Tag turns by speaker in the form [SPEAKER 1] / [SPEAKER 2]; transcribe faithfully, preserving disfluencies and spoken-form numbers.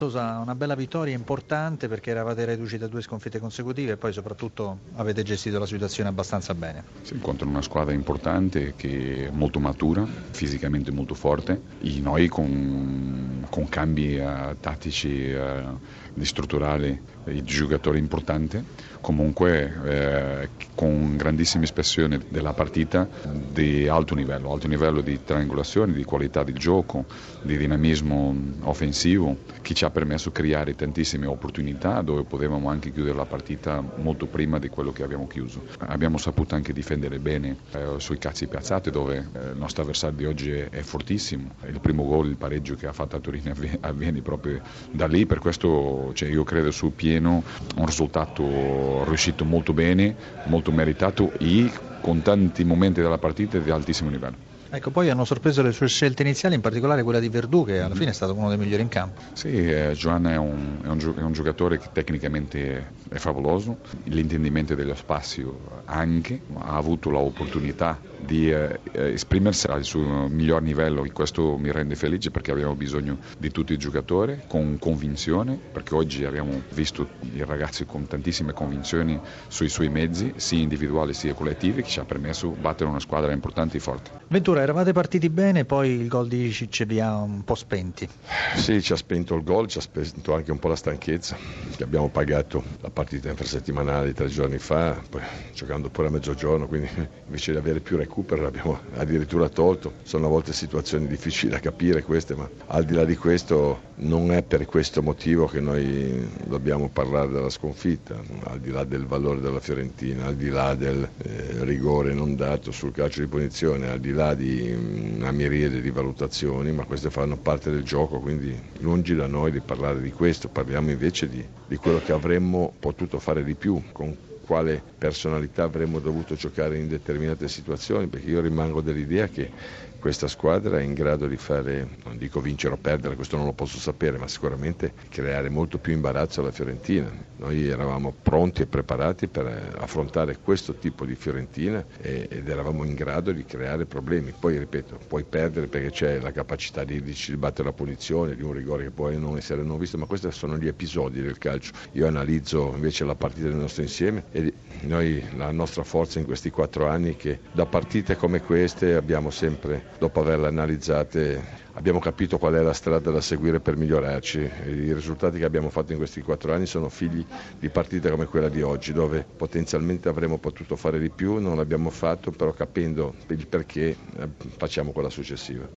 [SPEAKER 1] Una bella vittoria importante perché eravate reduci da due sconfitte consecutive e poi soprattutto avete gestito la situazione abbastanza bene.
[SPEAKER 2] Si incontra una squadra importante che è molto matura, fisicamente molto forte e noi con, con cambi uh, tattici uh, di strutturali di giocatori importanti, comunque eh, con grandissima espressione della partita di alto livello, alto livello di triangolazione, di qualità di gioco, di dinamismo offensivo che ci ha permesso di creare tantissime opportunità dove potevamo anche chiudere la partita molto prima di quello che abbiamo chiuso. Abbiamo saputo anche difendere bene eh, sui cazzi piazzati dove eh, il nostro avversario di oggi è, è fortissimo. Il primo gol, il pareggio che ha fatto a Torino avviene proprio da lì, per questo cioè, io credo sul pieno un risultato riuscito molto bene, molto meritato e con tanti momenti della partita di altissimo livello.
[SPEAKER 1] Ecco, poi hanno sorpreso le sue scelte iniziali, in particolare quella di Verdù, che alla fine è stato uno dei migliori in campo.
[SPEAKER 2] Sì, eh, Joan è un, è, un, è un giocatore che tecnicamente è favoloso, l'intendimento dello spazio anche, ha avuto l'opportunità di eh, esprimersi al suo miglior livello e questo mi rende felice perché abbiamo bisogno di tutti i giocatori con convinzione, perché oggi abbiamo visto i ragazzi con tantissime convinzioni sui suoi mezzi, sia individuali sia collettivi, che ci ha permesso di battere una squadra importante e forte.
[SPEAKER 1] Ventura, eravate partiti bene, poi il gol di Cicce vi ha un po' spenti.
[SPEAKER 3] Sì, ci ha spento il gol, ci ha spento anche un po' la stanchezza, che abbiamo pagato la partita infrasettimanale tre giorni fa, poi giocando pure a mezzogiorno, quindi invece di avere più recupero l'abbiamo addirittura tolto. Sono a volte situazioni difficili da capire queste, ma al di là di questo non è per questo motivo che noi dobbiamo parlare della sconfitta, al di là del valore della Fiorentina, al di là del eh, rigore non dato sul calcio di punizione, al di là di una miriade di valutazioni, ma queste fanno parte del gioco, quindi lungi da noi di parlare di questo, parliamo invece di, di quello che avremmo potuto fare di più, con quale personalità avremmo dovuto giocare in determinate situazioni, perché io rimango dell'idea che questa squadra è in grado di fare, non dico vincere o perdere, questo non lo posso sapere, ma sicuramente creare molto più imbarazzo alla Fiorentina. Noi eravamo pronti e preparati per affrontare questo tipo di Fiorentina ed eravamo in grado di creare problemi. Poi ripeto, puoi perdere perché c'è la capacità di, di battere la punizione, di un rigore che può non essere non visto, ma questi sono gli episodi del calcio. Io analizzo invece la partita del nostro insieme e noi la nostra forza in questi quattro anni è che da partite come queste abbiamo sempre, dopo averle analizzate, abbiamo capito qual è la strada da seguire per migliorarci. I risultati che abbiamo fatto in questi quattro anni sono figli di partite come quella di oggi, dove potenzialmente avremmo potuto fare di più, non l'abbiamo fatto, però capendo il perché facciamo quella successiva.